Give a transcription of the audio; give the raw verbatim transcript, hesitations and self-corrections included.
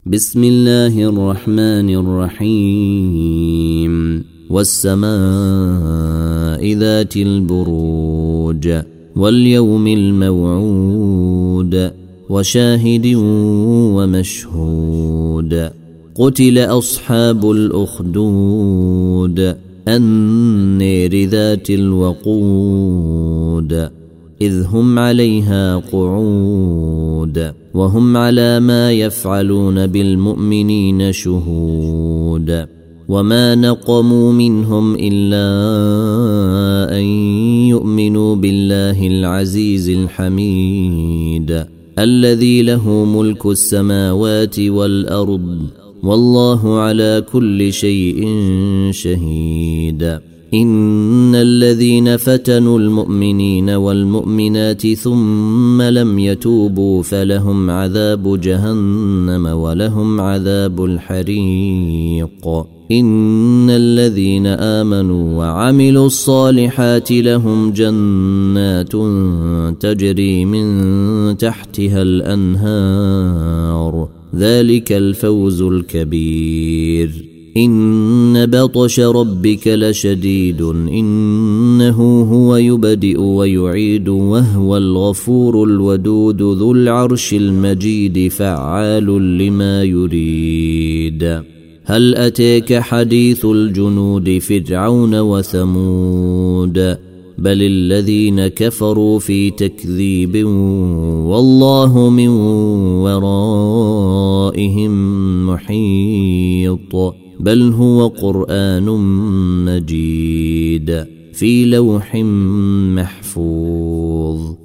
بسم الله الرحمن الرحيم والسماء ذات البروج واليوم الموعود وشاهد ومشهود قتل أصحاب الأخدود النار ذات الوقود إذ هم عليها قعود وهم على ما يفعلون بالمؤمنين شهود وما نقموا منهم إلا أن يؤمنوا بالله العزيز الحميد الذي له ملك السماوات والأرض والله على كل شيء شهيد إن الذين فتنوا المؤمنين والمؤمنات ثم لم يتوبوا فلهم عذاب جهنم ولهم عذاب الحريق إن الذين آمنوا وعملوا الصالحات لهم جنات تجري من تحتها الأنهار ذلك الفوز الكبير إن بطش ربك لشديد إنه هو يبدئ ويعيد وهو الغفور الودود ذو العرش المجيد فعال لما يريد هل أتاك حديث الجنود فرعون وثمود بل الذين كفروا في تكذيب والله من ورائهم محيط بل هو قرآن مجيد في لوح محفوظ